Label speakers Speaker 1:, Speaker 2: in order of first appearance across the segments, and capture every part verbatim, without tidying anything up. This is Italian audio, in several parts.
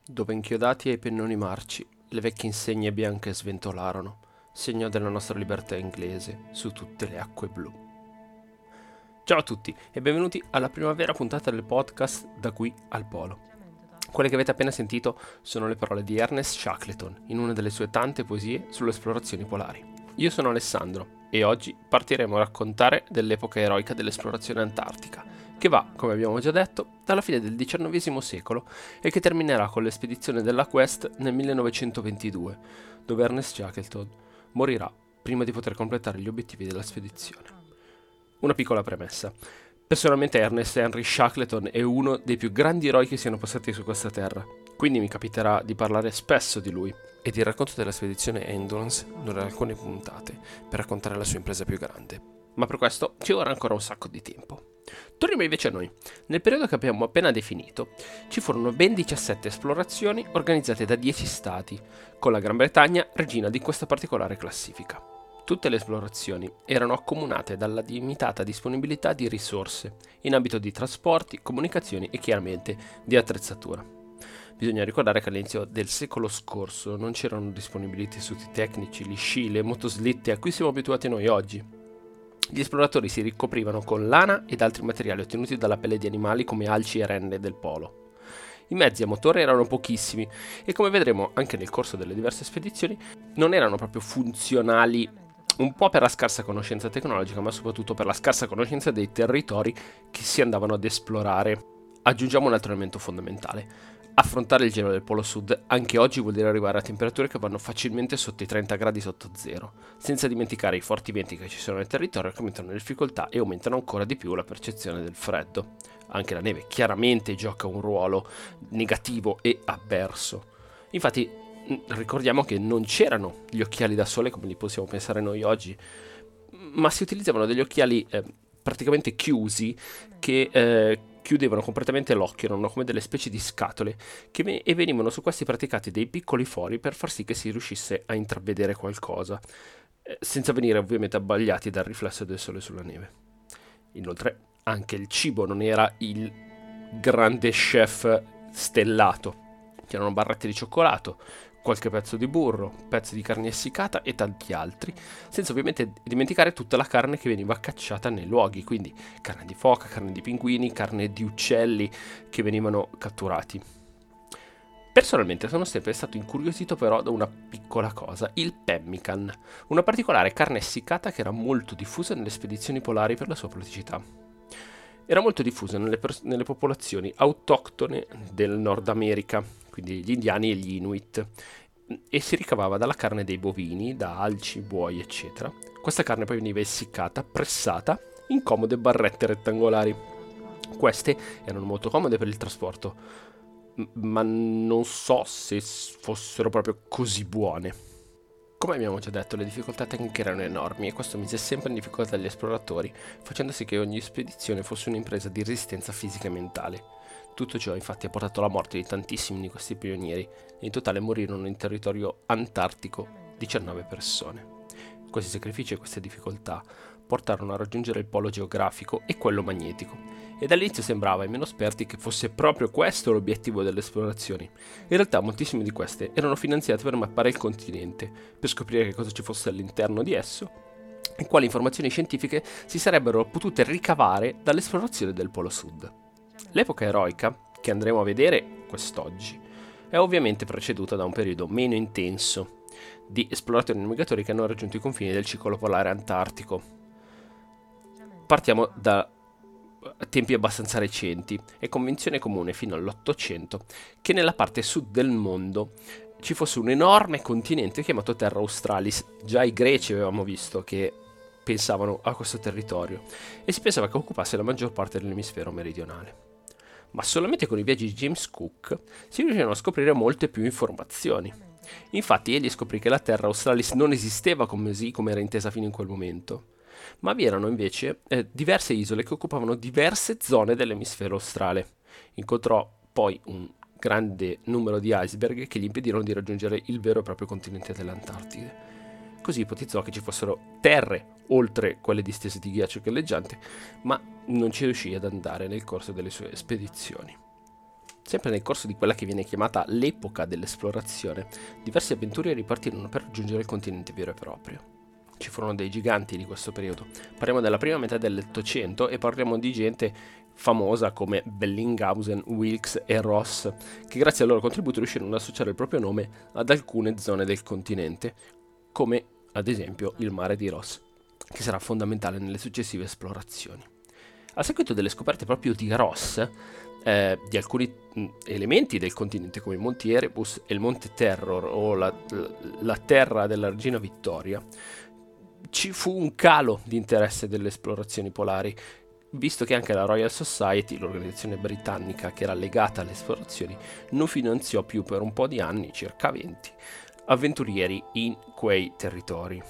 Speaker 1: dove inchiodati ai pennoni marci le vecchie insegne bianche sventolarono, segno della nostra libertà inglese su tutte le acque blu. Ciao a tutti e benvenuti alla prima vera puntata del podcast Da qui al polo. Quelle che avete appena sentito sono le parole di Ernest Shackleton in una delle sue tante poesie sulle esplorazioni polari. Io sono Alessandro e oggi partiremo a raccontare dell'epoca eroica dell'esplorazione antartica, che va, come abbiamo già detto, dalla fine del diciannovesimo secolo e che terminerà con l'espedizione della Quest nel millenovecentoventidue, dove Ernest Shackleton morirà prima di poter completare gli obiettivi della spedizione. Una piccola premessa. Personalmente Ernest Henry Shackleton è uno dei più grandi eroi che siano passati su questa terra, quindi mi capiterà di parlare spesso di lui e di racconto della spedizione Endurance durante alcune puntate per raccontare la sua impresa più grande. Ma per questo ci vorrà ancora un sacco di tempo. Torniamo invece a noi. Nel periodo che abbiamo appena definito, ci furono ben diciassette esplorazioni organizzate da dieci stati, con la Gran Bretagna regina di questa particolare classifica. Tutte le esplorazioni erano accomunate dalla limitata disponibilità di risorse, in ambito di trasporti, comunicazioni e chiaramente di attrezzatura. Bisogna ricordare che all'inizio del secolo scorso non c'erano disponibili tessuti tecnici, gli sci, le motoslitte a cui siamo abituati noi oggi. Gli esploratori si ricoprivano con lana ed altri materiali ottenuti dalla pelle di animali come alci e renne del polo. I mezzi a motore erano pochissimi e, come vedremo anche nel corso delle diverse spedizioni, non erano proprio funzionali, un po' per la scarsa conoscenza tecnologica, ma soprattutto per la scarsa conoscenza dei territori che si andavano ad esplorare. Aggiungiamo un altro elemento fondamentale. Affrontare il gelo del Polo Sud anche oggi vuol dire arrivare a temperature che vanno facilmente sotto i trenta gradi sotto zero, senza dimenticare i forti venti che ci sono nel territorio che aumentano le difficoltà e aumentano ancora di più la percezione del freddo. Anche la neve chiaramente gioca un ruolo negativo e avverso. Infatti ricordiamo che non c'erano gli occhiali da sole come li possiamo pensare noi oggi, ma si utilizzavano degli occhiali eh, praticamente chiusi che eh, chiudevano completamente l'occhio, erano come delle specie di scatole che ve- e venivano su questi praticati dei piccoli fori per far sì che si riuscisse a intravedere qualcosa, eh, senza venire ovviamente abbagliati dal riflesso del sole sulla neve. Inoltre anche il cibo non era il grande chef stellato, c'erano barrette di cioccolato, qualche pezzo di burro, pezzi di carne essiccata e tanti altri, senza ovviamente dimenticare tutta la carne che veniva cacciata nei luoghi, quindi carne di foca, carne di pinguini, carne di uccelli che venivano catturati. Personalmente sono sempre stato incuriosito però da una piccola cosa, il pemmican, una particolare carne essiccata che era molto diffusa nelle spedizioni polari per la sua praticità. Era molto diffusa nelle, pers- nelle popolazioni autoctone del Nord America, quindi gli indiani e gli Inuit, e si ricavava dalla carne dei bovini, da alci, buoi, eccetera. Questa carne poi veniva essiccata, pressata in comode barrette rettangolari. Queste erano molto comode per il trasporto, m- ma non so se fossero proprio così buone. Come abbiamo già detto, le difficoltà tecniche erano enormi e questo mise sempre in difficoltà gli esploratori, facendo sì che ogni spedizione fosse un'impresa di resistenza fisica e mentale. Tutto ciò infatti ha portato alla morte di tantissimi di questi pionieri. In totale morirono in territorio antartico diciannove persone. Questi sacrifici e queste difficoltà portarono a raggiungere il polo geografico e quello magnetico, ed all'inizio sembrava ai meno esperti che fosse proprio questo l'obiettivo delle esplorazioni. In realtà moltissime di queste erano finanziate per mappare il continente, per scoprire che cosa ci fosse all'interno di esso e quali informazioni scientifiche si sarebbero potute ricavare dall'esplorazione del Polo Sud. L'epoca eroica, che andremo a vedere quest'oggi, è ovviamente preceduta da un periodo meno intenso di esploratori e navigatori che hanno raggiunto i confini del circolo polare antartico. Partiamo da tempi abbastanza recenti. È convenzione comune fino all'Ottocento che nella parte sud del mondo ci fosse un enorme continente chiamato Terra Australis. Già i greci avevamo visto che pensavano a questo territorio e si pensava che occupasse la maggior parte dell'emisfero meridionale. Ma solamente con i viaggi di James Cook si riuscirono a scoprire molte più informazioni. Infatti egli scoprì che la Terra Australis non esisteva così come era intesa fino in quel momento, ma vi erano invece eh, diverse isole che occupavano diverse zone dell'emisfero australe. Incontrò poi un grande numero di iceberg che gli impedirono di raggiungere il vero e proprio continente dell'Antartide. Così ipotizzò che ci fossero terre oltre quelle distese di ghiaccio galleggiante, ma non ci riuscì ad andare nel corso delle sue spedizioni. Sempre nel corso di quella che viene chiamata l'epoca dell'esplorazione, diversi avventurieri partirono per raggiungere il continente vero e proprio. Ci furono dei giganti di questo periodo. Parliamo della prima metà dell'Ottocento e parliamo di gente famosa come Bellinghausen, Wilkes e Ross, che grazie al loro contributo riuscirono ad associare il proprio nome ad alcune zone del continente, come ad esempio il mare di Ross, che sarà fondamentale nelle successive esplorazioni. A seguito delle scoperte proprio di Ross, eh, di alcuni mh, elementi del continente come i Monti Erebus e il Monte Terror o la, la, la terra della regina Vittoria, ci fu un calo di interesse delle esplorazioni polari, visto che anche la Royal Society, l'organizzazione britannica che era legata alle esplorazioni, non finanziò più per un po' di anni, circa venti, avventurieri in quei territori.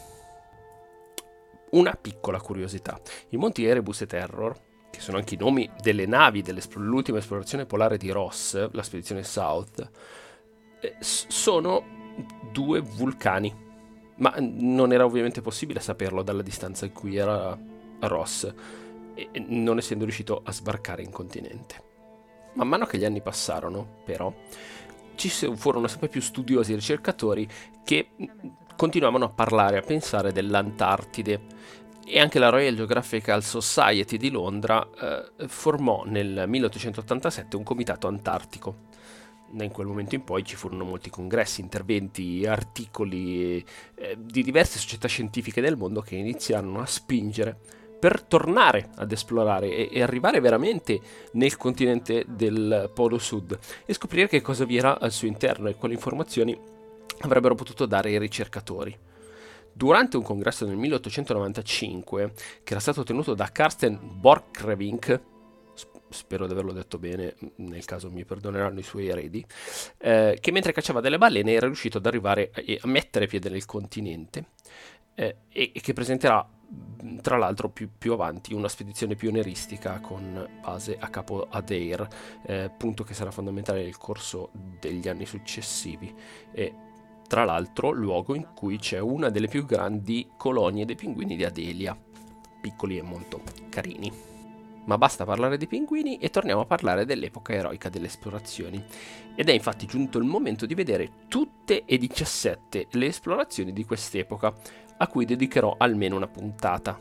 Speaker 1: Una piccola curiosità: i Monti Erebus e Terror, che sono anche i nomi delle navi dell'ultima esplorazione polare di Ross, la spedizione South, eh, sono due vulcani, ma non era ovviamente possibile saperlo dalla distanza in cui era Ross, e non essendo riuscito a sbarcare in continente. Man mano che gli anni passarono, però, ci furono sempre più studiosi e ricercatori che continuavano a parlare, a pensare dell'Antartide, e anche la Royal Geographical Society di Londra eh, formò nel milleottocentottantasette un comitato antartico. In quel momento in poi ci furono molti congressi, interventi, articoli eh, di diverse società scientifiche del mondo che iniziarono a spingere per tornare ad esplorare e, e arrivare veramente nel continente del Polo Sud e scoprire che cosa vi era al suo interno e quali informazioni avrebbero potuto dare i ricercatori. Durante un congresso nel milleottocentonovantacinque, che era stato tenuto da Carsten Borchgrevink, spero di averlo detto bene, nel caso mi perdoneranno i suoi eredi, eh, che mentre cacciava delle balene era riuscito ad arrivare a, a mettere piede nel continente, eh, e, e che presenterà tra l'altro più, più avanti una spedizione pionieristica con base a Capo Adair, eh, punto che sarà fondamentale nel corso degli anni successivi, e tra l'altro luogo in cui c'è una delle più grandi colonie dei pinguini di Adelia, piccoli e molto carini. Ma basta parlare dei pinguini e torniamo a parlare dell'epoca eroica delle esplorazioni. Ed è infatti giunto il momento di vedere tutte e diciassette le esplorazioni di quest'epoca, a cui dedicherò almeno una puntata.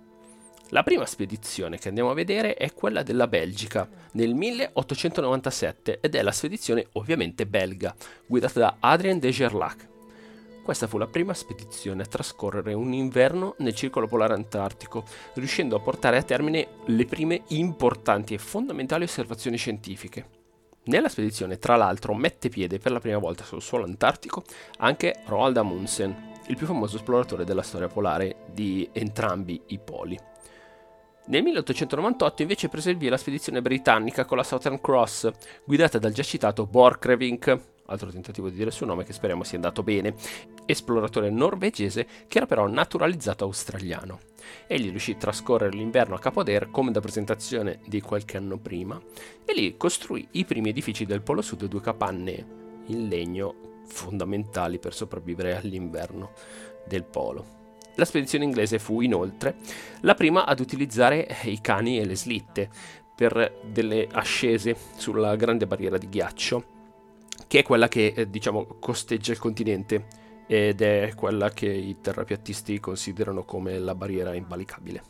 Speaker 1: La prima spedizione che andiamo a vedere è quella della Belgica, nel milleottocentonovantasette, ed è la spedizione ovviamente belga, guidata da Adrien de Gerlache. Questa fu la prima spedizione a trascorrere un inverno nel circolo polare antartico, riuscendo a portare a termine le prime importanti e fondamentali osservazioni scientifiche. Nella spedizione, tra l'altro, mette piede per la prima volta sul suolo antartico anche Roald Amundsen, il più famoso esploratore della storia polare di entrambi i poli. Nel milleottocentonovantotto invece prese il via la spedizione britannica con la Southern Cross, guidata dal già citato Borchgrevink, altro tentativo di dire il suo nome che speriamo sia andato bene, esploratore norvegese che era però naturalizzato australiano. Egli riuscì a trascorrere l'inverno a Capo Adair come da presentazione di qualche anno prima, e lì costruì i primi edifici del Polo Sud, due capanne in legno fondamentali per sopravvivere all'inverno del polo. La spedizione inglese fu inoltre la prima ad utilizzare i cani e le slitte per delle ascese sulla grande barriera di ghiaccio, che è quella che eh, diciamo costeggia il continente ed è quella che i terrapiattisti considerano come la barriera invalicabile.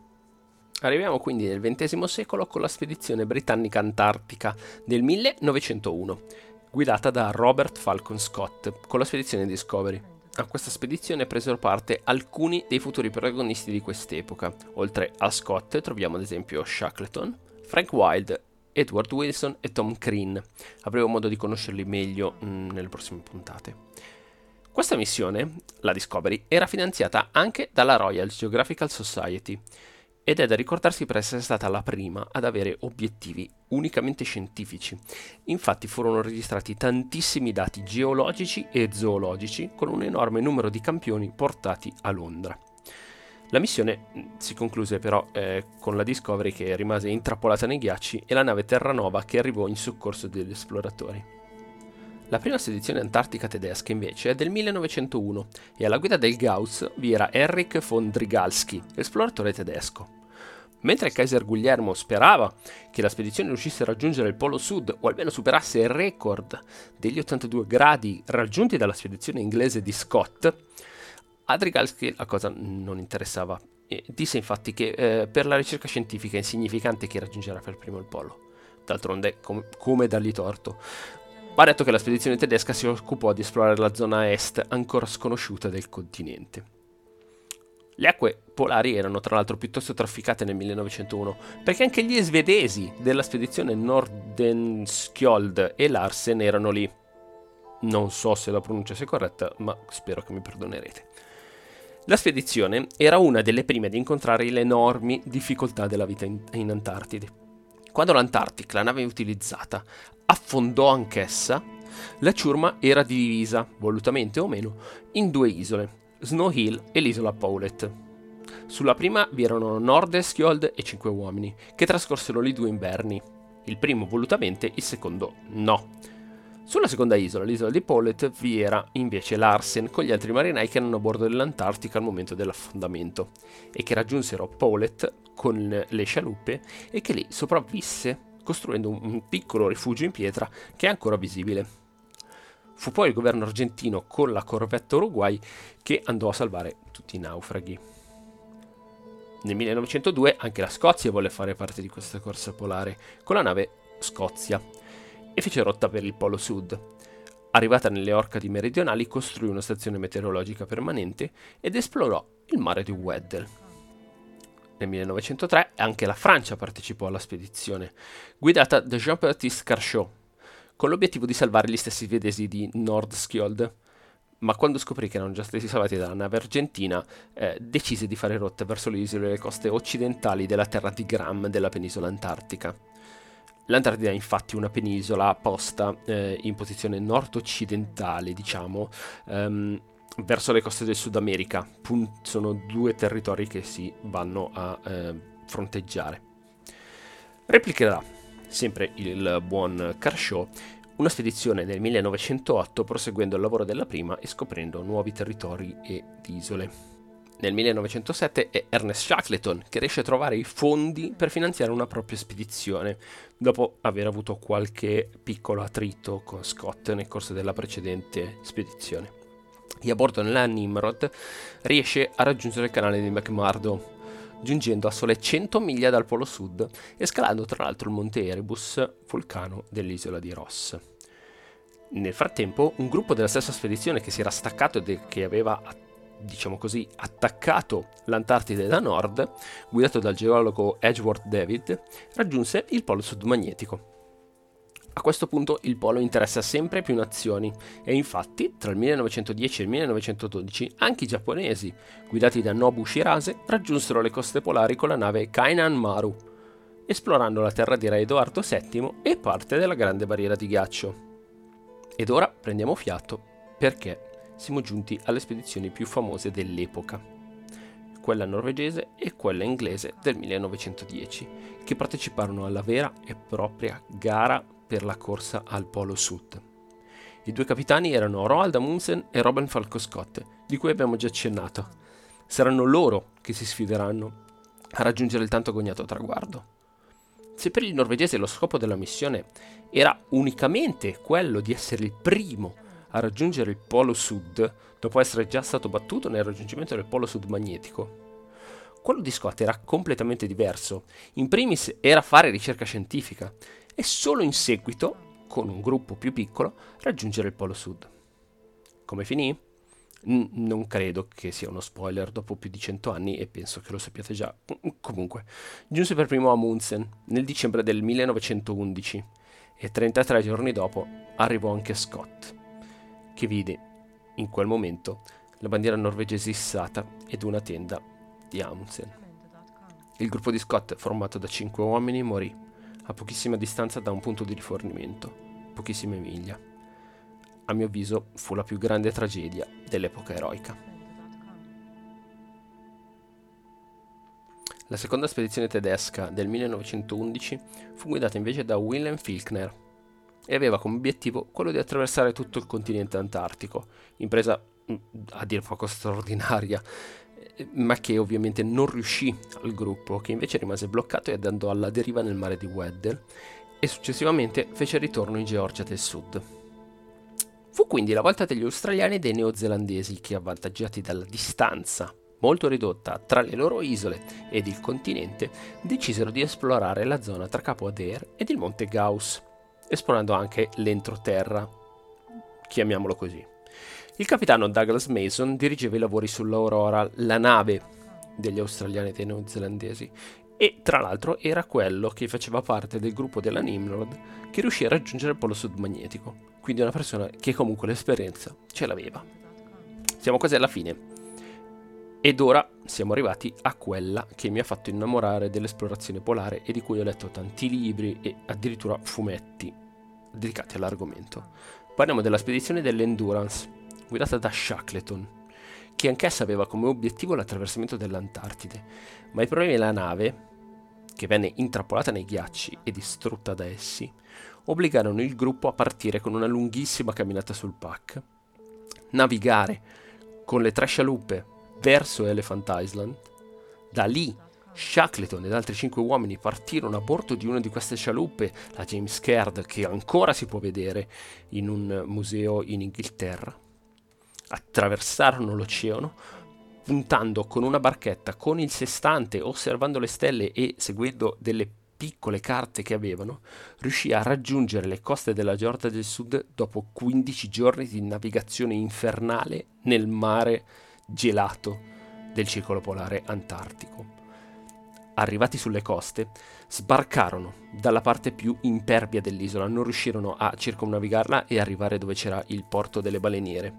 Speaker 1: Arriviamo quindi nel ventesimo secolo con la spedizione britannica antartica del millenovecentouno, guidata da Robert Falcon Scott con la spedizione Discovery. A questa spedizione presero parte alcuni dei futuri protagonisti di quest'epoca. Oltre a Scott troviamo ad esempio Shackleton, Frank Wilde, Edward Wilson e Tom Crean. Avremo modo di conoscerli meglio mh, nelle prossime puntate. Questa missione, la Discovery, era finanziata anche dalla Royal Geographical Society ed è da ricordarsi per essere stata la prima ad avere obiettivi unicamente scientifici. Infatti furono registrati tantissimi dati geologici e zoologici con un enorme numero di campioni portati a Londra. La missione si concluse però eh, con la Discovery che rimase intrappolata nei ghiacci e la nave Terranova che arrivò in soccorso degli esploratori. La prima spedizione antartica tedesca invece è del millenovecentouno e alla guida del Gauss vi era Erich von Drygalski, esploratore tedesco. Mentre il Kaiser Guglielmo sperava che la spedizione riuscisse a raggiungere il Polo Sud o almeno superasse il record degli ottantadue gradi raggiunti dalla spedizione inglese di Scott, a Drygalski la cosa non interessava. E disse infatti che eh, per la ricerca scientifica è insignificante chi raggiungerà per primo il Polo. D'altronde, com- come dargli torto? Va detto che la spedizione tedesca si occupò di esplorare la zona est ancora sconosciuta del continente. Le acque polari erano tra l'altro piuttosto trafficate nel millenovecentouno, perché anche gli svedesi della spedizione Nordenskjöld e Larsen erano lì. Non so se la pronuncia sia corretta, ma spero che mi perdonerete. La spedizione era una delle prime ad incontrare le enormi difficoltà della vita in, in Antartide. Quando l'Antartic, la nave utilizzata, affondò anch'essa, la ciurma era divisa, volutamente o meno, in due isole, Snow Hill e l'isola Paulet. Sulla prima vi erano Nordenskjöld e cinque uomini, che trascorsero lì due inverni. Il primo volutamente, il secondo no. Sulla seconda isola, l'isola di Paulet, vi era invece Larsen con gli altri marinai che erano a bordo dell'Antartica al momento dell'affondamento e che raggiunsero Paulet con le scialuppe e che lì sopravvisse costruendo un piccolo rifugio in pietra che è ancora visibile. Fu poi il governo argentino con la corvetta Uruguay che andò a salvare tutti i naufraghi. Nel millenovecentodue anche la Scozia volle fare parte di questa corsa polare con la nave Scozia e fece rotta per il Polo Sud. Arrivata nelle Orcadi meridionali costruì una stazione meteorologica permanente ed esplorò il mare di Weddell. Nel millenovecentotre anche la Francia partecipò alla spedizione, guidata da Jean-Baptiste Carchot, con l'obiettivo di salvare gli stessi svedesi di Nordenskjöld, ma quando scoprì che erano già stati salvati dalla nave argentina, eh, decise di fare rotta verso le isole delle coste occidentali della terra di Gram della penisola antartica. L'Antartide è infatti una penisola posta eh, in posizione nord-occidentale, diciamo, ehm, verso le coste del Sud America. Pun- sono due territori che si vanno a eh, fronteggiare. Replicherà sempre il buon Carchot una spedizione nel millenovecentootto, proseguendo il lavoro della prima e scoprendo nuovi territori ed isole. Nel millenovecentosette è Ernest Shackleton che riesce a trovare i fondi per finanziare una propria spedizione, dopo aver avuto qualche piccolo attrito con Scott nel corso della precedente spedizione. E a bordo nella Nimrod riesce a raggiungere il canale di McMurdo, giungendo a sole cento miglia dal Polo Sud e scalando tra l'altro il monte Erebus, vulcano dell'isola di Ross. Nel frattempo, un gruppo della stessa spedizione che si era staccato e che aveva, diciamo così, attaccato l'Antartide da nord, guidato dal geologo Edgeworth David, raggiunse il Polo Sud magnetico. A questo punto il polo interessa sempre più nazioni e infatti tra il millenovecentodieci e il millenovecentododici anche i giapponesi, guidati da Nobu Shirase, raggiunsero le coste polari con la nave Kainan Maru, esplorando la terra di Re Edoardo settimo e parte della Grande Barriera di Ghiaccio. Ed ora prendiamo fiato perché siamo giunti alle spedizioni più famose dell'epoca, quella norvegese e quella inglese del millenovecentodieci, che parteciparono alla vera e propria gara per la corsa al Polo Sud. I due capitani erano Roald Amundsen e Robert Falco Scott, di cui abbiamo già accennato. Saranno loro che si sfideranno a raggiungere il tanto agognato traguardo. Se per il norvegese lo scopo della missione era unicamente quello di essere il primo a raggiungere il Polo Sud, dopo essere già stato battuto nel raggiungimento del Polo Sud magnetico, quello di Scott era completamente diverso. In primis era fare ricerca scientifica e solo in seguito, con un gruppo più piccolo, raggiungere il Polo Sud. Come finì? N- non credo che sia uno spoiler dopo più di cento anni e penso che lo sappiate già. Comunque, giunse per primo Amundsen nel dicembre del millenovecentoundici e trentatré giorni dopo arrivò anche Scott, che vide in quel momento la bandiera norvegese issata ed una tenda di Amundsen. Il gruppo di Scott, formato da cinque uomini, morì a pochissima distanza da un punto di rifornimento, pochissime miglia. A mio avviso fu la più grande tragedia dell'epoca eroica. La seconda spedizione tedesca del millenovecentoundici fu guidata invece da Wilhelm Filchner e aveva come obiettivo quello di attraversare tutto il continente antartico, impresa a dir poco straordinaria. ma che ovviamente non riuscì al gruppo, che invece rimase bloccato e andò alla deriva nel mare di Weddell e successivamente fece ritorno in Georgia del Sud. Fu quindi la volta degli australiani e dei neozelandesi che, avvantaggiati dalla distanza molto ridotta tra le loro isole ed il continente, decisero di esplorare la zona tra Capo Adair ed il monte Gauss, esplorando anche l'entroterra, chiamiamolo così. Il capitano Douglas Mason dirigeva i lavori sull'Aurora, la nave degli australiani e dei neozelandesi, e tra l'altro era quello che faceva parte del gruppo della Nimrod che riuscì a raggiungere il polo sud magnetico, quindi una persona che comunque l'esperienza ce l'aveva. Siamo quasi alla fine. Ed ora siamo arrivati a quella che mi ha fatto innamorare dell'esplorazione polare e di cui ho letto tanti libri e addirittura fumetti dedicati all'argomento. Parliamo della spedizione dell'Endurance, guidata da Shackleton, che anch'essa aveva come obiettivo l'attraversamento dell'Antartide, ma i problemi della nave, che venne intrappolata nei ghiacci e distrutta da essi, obbligarono il gruppo a partire con una lunghissima camminata sul pack, navigare con le tre scialuppe verso Elephant Island. Da lì Shackleton ed altri cinque uomini partirono a bordo di una di queste scialuppe, la James Caird, che ancora si può vedere in un museo in Inghilterra. Attraversarono l'oceano puntando con una barchetta con il sestante, osservando le stelle e seguendo delle piccole carte che avevano, riuscì a raggiungere le coste della Georgia del Sud dopo quindici giorni di navigazione infernale nel mare gelato del circolo polare antartico. Arrivati sulle coste, sbarcarono dalla parte più impervia dell'isola, non riuscirono a circumnavigarla e arrivare dove c'era il porto delle baleniere.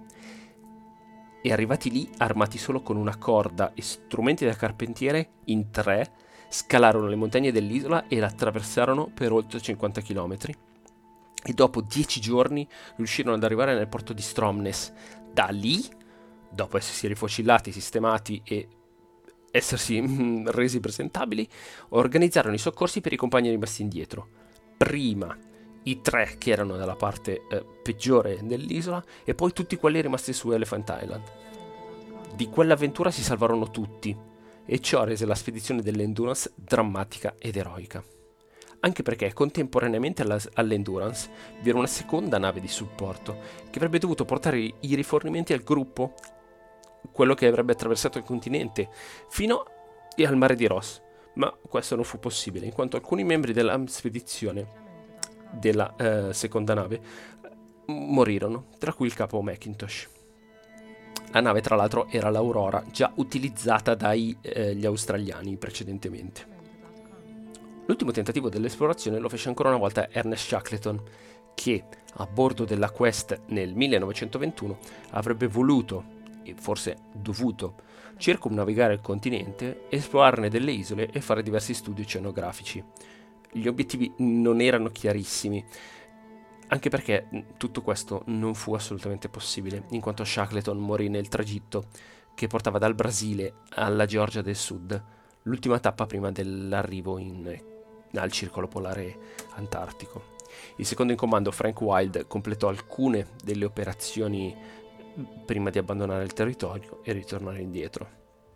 Speaker 1: E arrivati lì, armati solo con una corda e strumenti da carpentiere, in tre scalarono le montagne dell'isola e la attraversarono per oltre cinquanta chilometri. E dopo dieci giorni riuscirono ad arrivare nel porto di Stromness. Da lì, dopo essersi rifocillati, sistemati e essersi mm, resi presentabili, organizzarono i soccorsi per i compagni rimasti indietro. Prima i tre che erano dalla parte eh, peggiore dell'isola e poi tutti quelli rimasti su Elephant Island. Di quell'avventura si salvarono tutti e ciò rese la spedizione dell'Endurance drammatica ed eroica. Anche perché contemporaneamente alla, all'Endurance vi era una seconda nave di supporto che avrebbe dovuto portare i, i rifornimenti al gruppo, quello che avrebbe attraversato il continente, fino al mare di Ross. Ma questo non fu possibile, in quanto alcuni membri della spedizione della eh, seconda nave morirono, tra cui il capo Mackintosh. La nave, tra l'altro, era l'Aurora, già utilizzata dagli eh, australiani precedentemente. L'ultimo tentativo dell'esplorazione lo fece ancora una volta Ernest Shackleton, che a bordo della Quest nel millenovecentoventuno avrebbe voluto, e forse dovuto, circumnavigare il continente, esplorarne delle isole e fare diversi studi oceanografici. Gli obiettivi non erano chiarissimi, anche perché tutto questo non fu assolutamente possibile, in quanto Shackleton morì nel tragitto che portava dal Brasile alla Georgia del Sud, l'ultima tappa prima dell'arrivo in, al circolo polare antartico. Il secondo in comando, Frank Wild, completò alcune delle operazioni prima di abbandonare il territorio e ritornare indietro.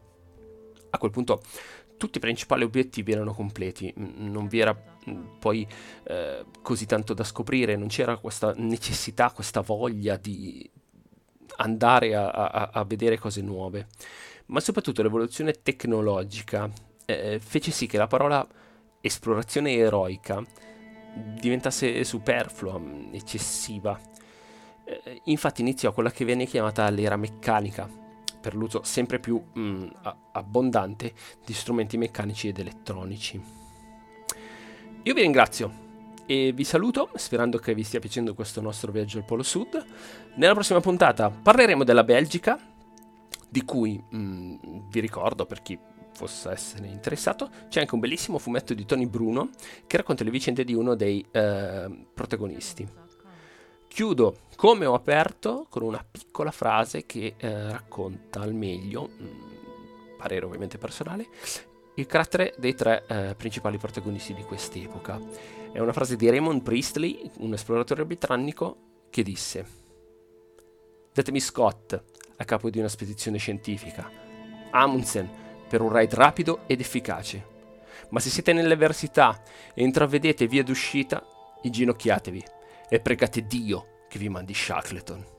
Speaker 1: A quel punto tutti i principali obiettivi erano completi, non vi era poi eh, così tanto da scoprire, non c'era questa necessità, questa voglia di andare a, a, a vedere cose nuove, ma soprattutto l'evoluzione tecnologica eh, fece sì che la parola esplorazione eroica diventasse superflua, eccessiva. Eh, infatti iniziò quella che viene chiamata l'era meccanica, per l'uso sempre più mh, abbondante di strumenti meccanici ed elettronici. Io vi ringrazio e vi saluto, sperando che vi stia piacendo questo nostro viaggio al Polo Sud. Nella prossima puntata parleremo della Belgica, di cui mh, vi ricordo, per chi possa essere interessato, c'è anche un bellissimo fumetto di Tony Bruno che racconta le vicende di uno dei eh, protagonisti. Chiudo, come ho aperto, con una piccola frase che eh, racconta al meglio, mh, parere ovviamente personale, il carattere dei tre eh, principali protagonisti di quest'epoca. È una frase di Raymond Priestley, un esploratore britannico, che disse: "Datemi Scott a capo di una spedizione scientifica, Amundsen, per un ride rapido ed efficace. Ma se siete nell'avversità e intravedete vie d'uscita, inginocchiatevi e pregate Dio che vi mandi Shackleton.